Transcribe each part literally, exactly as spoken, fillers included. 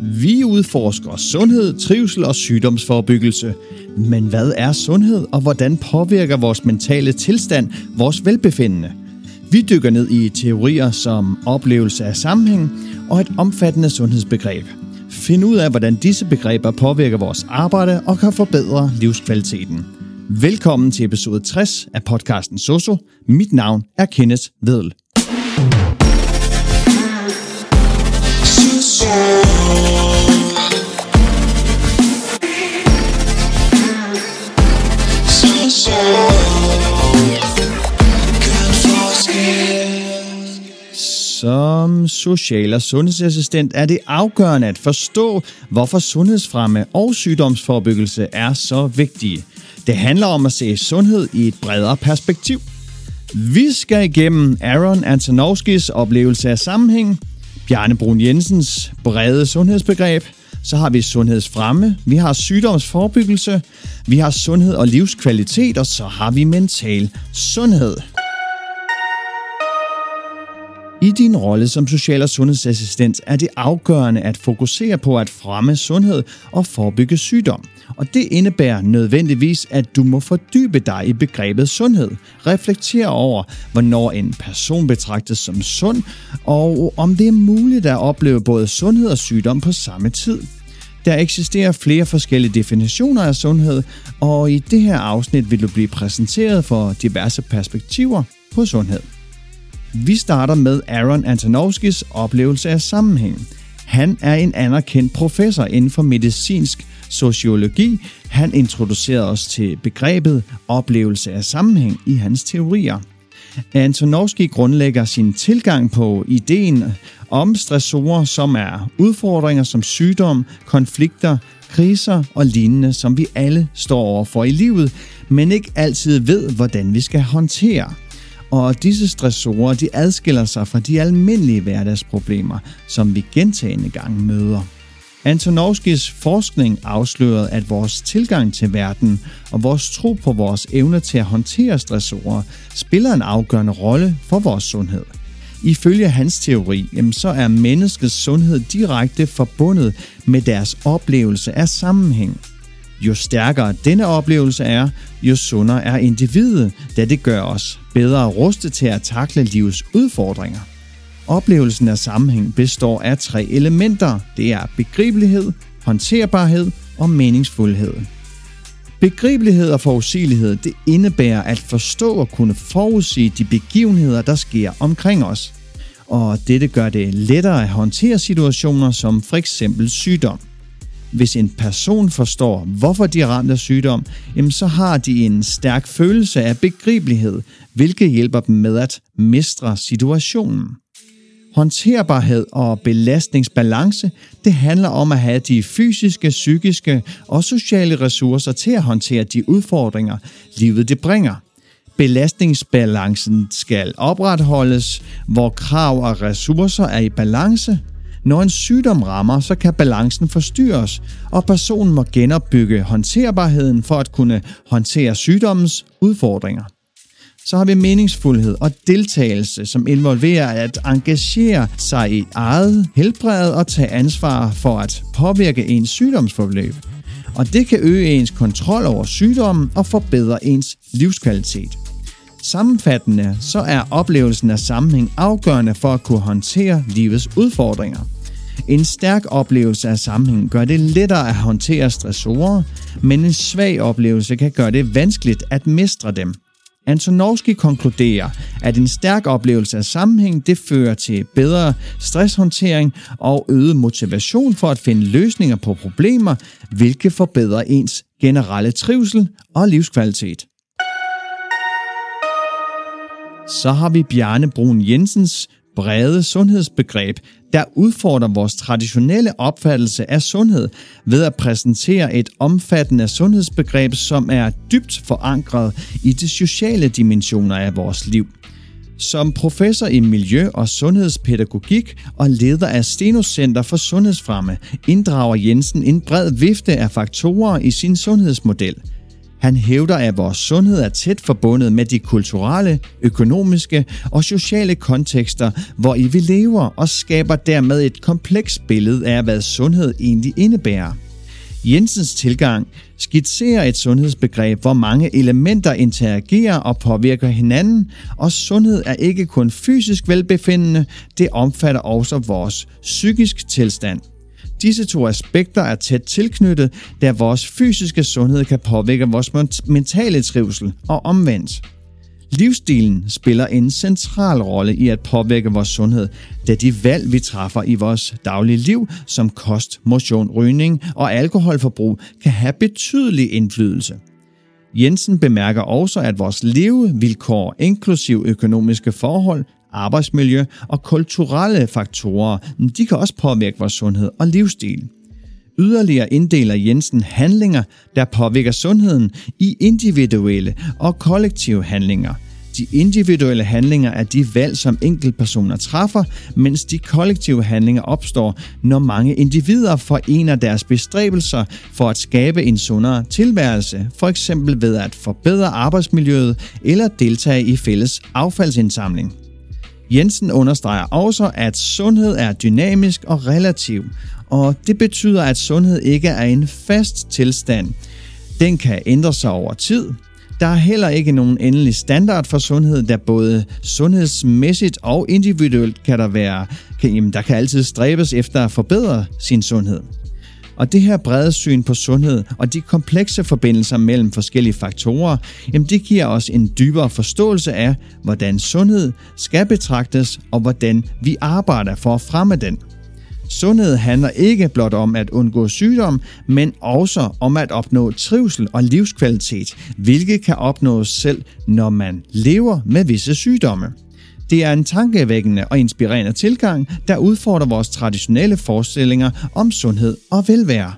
Vi udforsker sundhed, trivsel og sygdomsforebyggelse. Men hvad er sundhed, og hvordan påvirker vores mentale tilstand vores velbefindende? Vi dykker ned i teorier som oplevelse af sammenhæng og et omfattende sundhedsbegreb. Find ud af, hvordan disse begreber påvirker vores arbejde og kan forbedre livskvaliteten. Velkommen til episode tres af podcasten Soso. Mit navn er Kenneth Vedel. Som social- og sundhedsassistent er det afgørende at forstå, hvorfor sundhedsfremme og sygdomsforebyggelse er så vigtige. Det handler om at se sundhed i et bredere perspektiv. Vi skal igennem Aaron Antonovskis oplevelse af sammenhæng, Bjarne Bruun Jensens brede sundhedsbegreb, så har vi sundhedsfremme, vi har sygdomsforebyggelse, vi har sundhed og livskvalitet, og så har vi mental sundhed. I din rolle som social- og sundhedsassistent er det afgørende at fokusere på at fremme sundhed og forebygge sygdom. Og det indebærer nødvendigvis, at du må fordybe dig i begrebet sundhed. Reflektere over, hvornår en person betragtes som sund, og om det er muligt at opleve både sundhed og sygdom på samme tid. Der eksisterer flere forskellige definitioner af sundhed, og i det her afsnit vil du blive præsenteret for diverse perspektiver på sundhed. Vi starter med Aaron Antonovskis oplevelse af sammenhæng. Han er en anerkendt professor inden for medicinsk sociologi. Han introducerede os til begrebet oplevelse af sammenhæng i hans teorier. Antonovski grundlægger sin tilgang på ideen om stressorer, som er udfordringer som sygdom, konflikter, kriser og lignende, som vi alle står overfor i livet, men ikke altid ved, hvordan vi skal håndtere. Og disse stressorer, de adskiller sig fra de almindelige hverdagsproblemer, som vi gentagne gange møder. Antonovskis forskning afslørede, at vores tilgang til verden og vores tro på vores evne til at håndtere stressorer spiller en afgørende rolle for vores sundhed. Ifølge hans teori, så er menneskets sundhed direkte forbundet med deres oplevelse af sammenhæng. Jo stærkere denne oplevelse er, jo sundere er individet, da det gør os bedre rustet til at takle livets udfordringer. Oplevelsen af sammenhæng består af tre elementer. Det er begribelighed, håndterbarhed og meningsfuldhed. Begribelighed og forudsigelighed, det indebærer at forstå og kunne forudsige de begivenheder, der sker omkring os. Og dette gør det lettere at håndtere situationer som for eksempel sygdom. Hvis en person forstår, hvorfor de er ramt af sygdom, jamen så har de en stærk følelse af begribelighed, hvilket hjælper dem med at mestre situationen. Håndterbarhed og belastningsbalance, det handler om at have de fysiske, psykiske og sociale ressourcer til at håndtere de udfordringer, livet det bringer. Belastningsbalancen skal opretholdes, hvor krav og ressourcer er i balance. Når en sygdom rammer, så kan balancen forstyrres, og personen må genopbygge håndterbarheden for at kunne håndtere sygdommens udfordringer. Så har vi meningsfuldhed og deltagelse, som involverer at engagere sig i eget helbred og tage ansvar for at påvirke ens sygdomsforløb. Og det kan øge ens kontrol over sygdommen og forbedre ens livskvalitet. Sammenfattende så er oplevelsen af sammenhæng afgørende for at kunne håndtere livets udfordringer. En stærk oplevelse af sammenhæng gør det lettere at håndtere stressorer, men en svag oplevelse kan gøre det vanskeligt at mestre dem. Antonovski konkluderer, at en stærk oplevelse af sammenhæng det fører til bedre stresshåndtering og øget motivation for at finde løsninger på problemer, hvilket forbedrer ens generelle trivsel og livskvalitet. Så har vi Bjarne Bruun Jensens brede sundhedsbegreb, der udfordrer vores traditionelle opfattelse af sundhed ved at præsentere et omfattende sundhedsbegreb, som er dybt forankret i de sociale dimensioner af vores liv. Som professor i miljø- og sundhedspædagogik og leder af Steno Center for Sundhedsfremme, inddrager Jensen en bred vifte af faktorer i sin sundhedsmodel. Han hævder, at vores sundhed er tæt forbundet med de kulturelle, økonomiske og sociale kontekster, hvor I vi lever, og skaber dermed et komplekst billede af, hvad sundhed egentlig indebærer. Jensens tilgang skitserer et sundhedsbegreb, hvor mange elementer interagerer og påvirker hinanden, og sundhed er ikke kun fysisk velbefindende, det omfatter også vores psykisk tilstand. Disse to aspekter er tæt tilknyttet, da vores fysiske sundhed kan påvirke vores mentale trivsel og omvendt. Livsstilen spiller en central rolle i at påvirke vores sundhed, da de valg, vi træffer i vores daglige liv, som kost, motion, rygning og alkoholforbrug, kan have betydelig indflydelse. Jensen bemærker også, at vores levevilkår, inklusiv økonomiske forhold, arbejdsmiljø og kulturelle faktorer, de kan også påvirke vores sundhed og livsstil. Yderligere inddeler Jensen handlinger, der påvirker sundheden, i individuelle og kollektive handlinger. De individuelle handlinger er de valg, som enkeltpersoner træffer, mens de kollektive handlinger opstår, når mange individer forener deres bestræbelser for at skabe en sundere tilværelse, for eksempel ved at forbedre arbejdsmiljøet eller deltage i fælles affaldsindsamling. Jensen understreger også, at sundhed er dynamisk og relativ, og det betyder, at sundhed ikke er en fast tilstand. Den kan ændre sig over tid. Der er heller ikke nogen endelig standard for sundhed, da både sundhedsmæssigt og individuelt kan der være, kan, jamen, der kan altid stræbes efter at forbedre sin sundhed. Og det her brede syn på sundhed og de komplekse forbindelser mellem forskellige faktorer, jamen det giver os en dybere forståelse af, hvordan sundhed skal betragtes og hvordan vi arbejder for at fremme den. Sundhed handler ikke blot om at undgå sygdom, men også om at opnå trivsel og livskvalitet, hvilket kan opnås selv, når man lever med visse sygdomme. Det er en tankevækkende og inspirerende tilgang, der udfordrer vores traditionelle forestillinger om sundhed og velvære.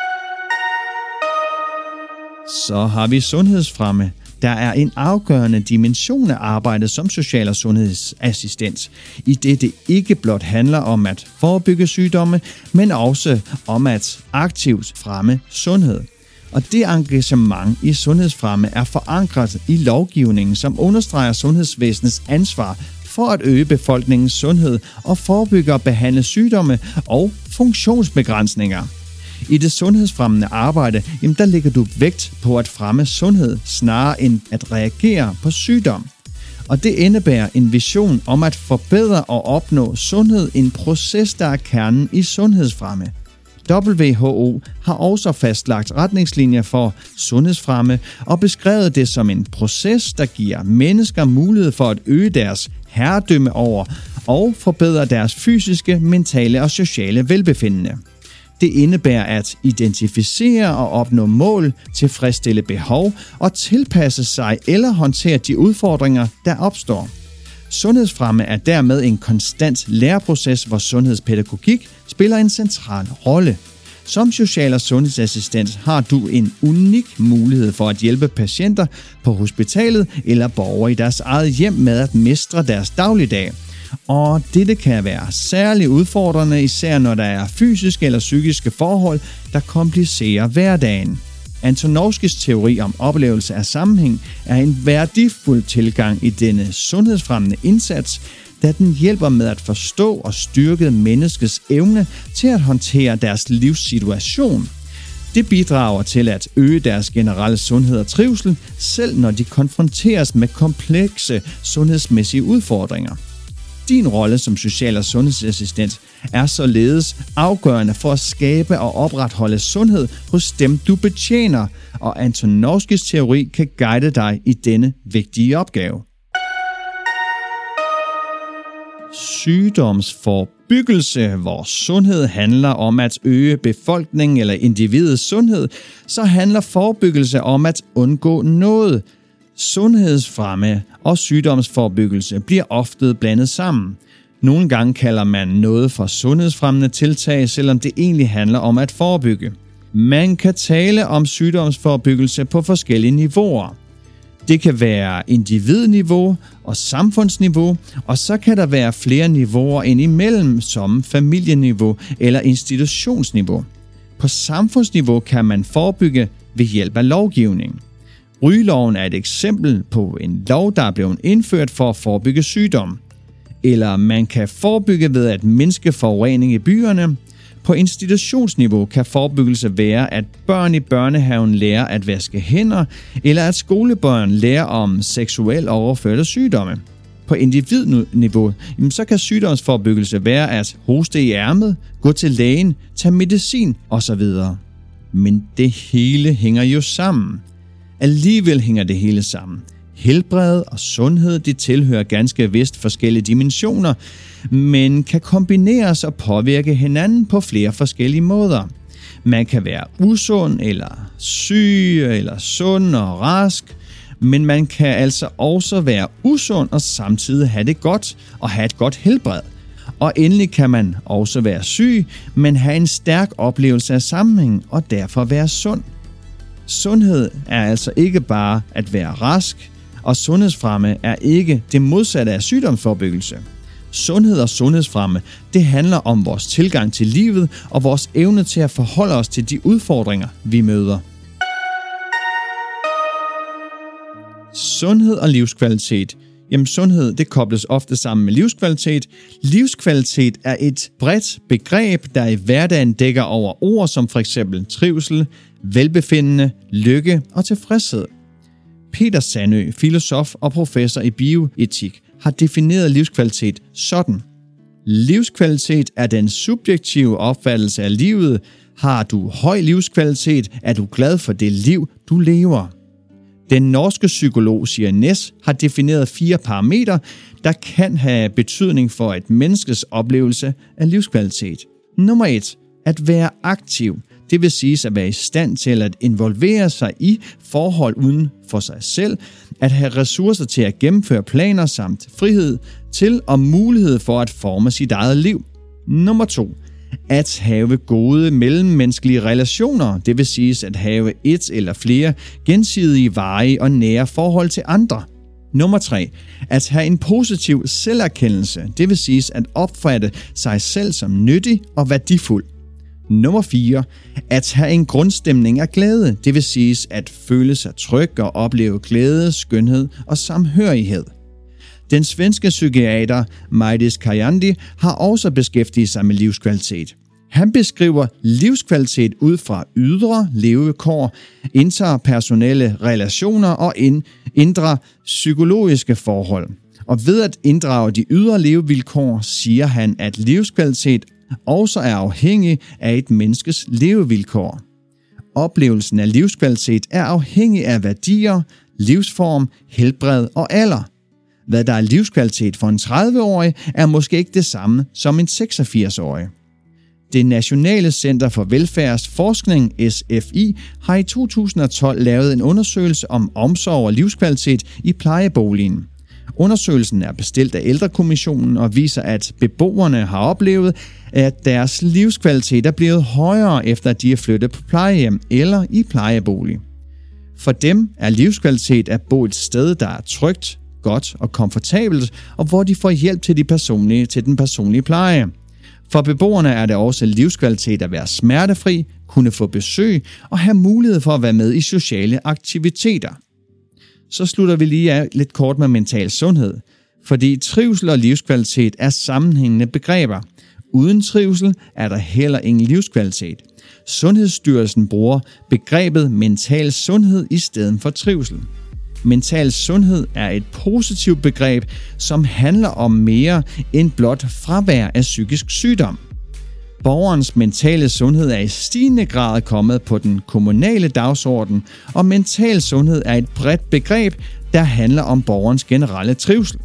Så har vi sundhedsfremme. Der er en afgørende dimension af arbejdet som social- og sundhedsassistent, i det det ikke blot handler om at forebygge sygdomme, men også om at aktivt fremme sundhed. Og det engagement i sundhedsfremme er forankret i lovgivningen, som understreger sundhedsvæsenets ansvar for at øge befolkningens sundhed og forebygge og behandle sygdomme og funktionsbegrænsninger. I det sundhedsfremmende arbejde, jamen der lægger du vægt på at fremme sundhed, snarere end at reagere på sygdom. Og det indebærer en vision om at forbedre og opnå sundhed, en proces, der er kernen i sundhedsfremme. W H O har også fastlagt retningslinjer for sundhedsfremme og beskrevet det som en proces, der giver mennesker mulighed for at øge deres herredømme over og forbedre deres fysiske, mentale og sociale velbefindende. Det indebærer at identificere og opnå mål, tilfredsstille behov og tilpasse sig eller håndtere de udfordringer, der opstår. Sundhedsfremme er dermed en konstant læreproces, hvor sundhedspædagogik spiller en central rolle. Som social- og sundhedsassistent har du en unik mulighed for at hjælpe patienter på hospitalet eller borgere i deres eget hjem med at mestre deres dagligdag. Og dette kan være særligt udfordrende, især når der er fysiske eller psykiske forhold, der komplicerer hverdagen. Antonovskis teori om oplevelse af sammenhæng er en værdifuld tilgang i denne sundhedsfremmende indsats, da den hjælper med at forstå og styrke menneskets evne til at håndtere deres livssituation. Det bidrager til at øge deres generelle sundhed og trivsel, selv når de konfronteres med komplekse sundhedsmæssige udfordringer. Din rolle som social- og sundhedsassistent er således afgørende for at skabe og opretholde sundhed hos dem, du betjener, og Antonovskis teori kan guide dig i denne vigtige opgave. Sygdomsforebyggelse, hvor sundhed handler om at øge befolkningen eller individets sundhed, så handler forebyggelse om at undgå noget. Sundhedsfremme og sygdomsforebyggelse bliver ofte blandet sammen. Nogle gange kalder man noget for sundhedsfremmende tiltag, selvom det egentlig handler om at forebygge. Man kan tale om sygdomsforebyggelse på forskellige niveauer. Det kan være individniveau og samfundsniveau, og så kan der være flere niveauer indimellem, som familieniveau eller institutionsniveau. På samfundsniveau kan man forebygge ved hjælp af lovgivning. Rygeloven er et eksempel på en lov, der er blevet indført for at forebygge sygdom. Eller man kan forebygge ved at mindske forurening i byerne. På institutionsniveau kan forebyggelse være, at børn i børnehaven lærer at vaske hænder, eller at skolebørn lærer om seksuelt overførte sygdomme. På individniveau, så kan sygdomsforebyggelse være at hoste i ærmet, gå til lægen, tage medicin osv. Men det hele hænger jo sammen. Alligevel hænger det hele sammen. Helbred og sundhed, de tilhører ganske vist forskellige dimensioner, men kan kombineres og påvirke hinanden på flere forskellige måder. Man kan være usund eller syg eller sund og rask, men man kan altså også være usund og samtidig have det godt og have et godt helbred. Og endelig kan man også være syg, men have en stærk oplevelse af sammenhæng og derfor være sund. Sundhed er altså ikke bare at være rask, og sundhedsfremme er ikke det modsatte af sygdomsforebyggelse. Sundhed og sundhedsfremme, det handler om vores tilgang til livet og vores evne til at forholde os til de udfordringer, vi møder. Sundhed og livskvalitet. Jamen sundhed, det kobles ofte sammen med livskvalitet. Livskvalitet er et bredt begreb, der i hverdagen dækker over ord som for eksempel trivsel, velbefindende, lykke og tilfredshed. Peter Sandø, filosof og professor i bioetik, har defineret livskvalitet sådan. Livskvalitet er den subjektive opfattelse af livet. Har du høj livskvalitet, er du glad for det liv, du lever. Den norske psykolog Siren Næss har defineret fire parametre, der kan have betydning for et menneskes oplevelse af livskvalitet. Nummer et. At være aktiv. Det vil sige at være i stand til at involvere sig i forhold uden for sig selv, at have ressourcer til at gennemføre planer samt frihed til og mulighed for at forme sit eget liv. Nummer to. At have gode mellemmenneskelige relationer, det vil sige at have et eller flere gensidige varige og nære forhold til andre. Nummer tre. At have en positiv selverkendelse, det vil sige at opfatte sig selv som nyttig og værdifuld. Nummer fire. At have en grundstemning af glæde, det vil sige at føle sig tryg og opleve glæde, skønhed og samhørighed. Den svenske psykiater Majdis Kajandi har også beskæftiget sig med livskvalitet. Han beskriver livskvalitet ud fra ydre levekår, interpersonelle relationer og indre psykologiske forhold. Og ved at inddrage de ydre levevilkår, siger han, at livskvalitet også er afhængig af et menneskes levevilkår. Oplevelsen af livskvalitet er afhængig af værdier, livsform, helbred og alder. Hvad der er livskvalitet for en tredive-årig, er måske ikke det samme som en seksogfirs-årig. Det Nationale Center for Velfærdsforskning, S F I, har i to tusind og tolv lavet en undersøgelse om omsorg og livskvalitet i plejeboligen. Undersøgelsen er bestilt af Ældrekommissionen og viser, at beboerne har oplevet, at deres livskvalitet er blevet højere efter at de er flyttet på plejehjem eller i plejebolig. For dem er livskvalitet at bo et sted, der er trygt, godt og komfortabelt, og hvor de får hjælp til, de personlige, til den personlige pleje. For beboerne er det også livskvalitet at være smertefri, kunne få besøg og have mulighed for at være med i sociale aktiviteter. Så slutter vi lige af lidt kort med mental sundhed, fordi trivsel og livskvalitet er sammenhængende begreber. Uden trivsel er der heller ingen livskvalitet. Sundhedsstyrelsen bruger begrebet mental sundhed i stedet for trivsel. Mental sundhed er et positivt begreb, som handler om mere end blot fravær af psykisk sygdom. Borgerens mentale sundhed er i stigende grad kommet på den kommunale dagsorden, og mental sundhed er et bredt begreb, der handler om borgerens generelle trivsel.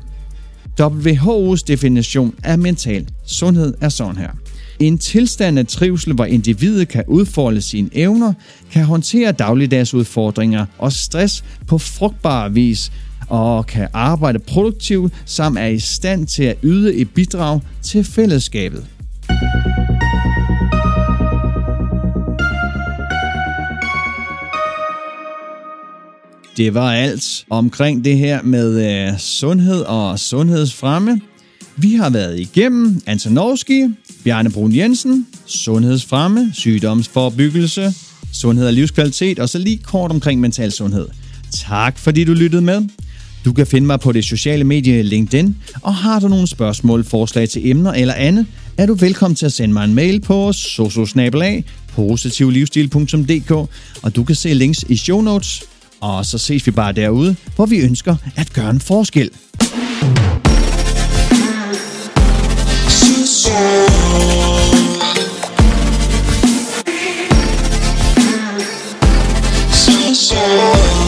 W H O's definition af mental sundhed er sådan her. En tilstand af trivsel, hvor individet kan udfolde sine evner, kan håndtere dagligdags udfordringer og stress på frugtbar vis og kan arbejde produktivt, samt er i stand til at yde et bidrag til fællesskabet. Det var alt omkring det her med øh, sundhed og sundhedsfremme. Vi har været igennem Antonovsky, Bjarne Bruun Jensen, sundhedsfremme, sygdomsforebyggelse, sundhed og livskvalitet, og så lige kort omkring mental sundhed. Tak fordi du lyttede med. Du kan finde mig på det sociale medie LinkedIn, og har du nogle spørgsmål, forslag til emner eller andet, er du velkommen til at sende mig en mail på sosu bindestreg positivlivsstil punktum d k, og du kan se links i show notes, og så ses vi bare derude, hvor vi ønsker at gøre en forskel. So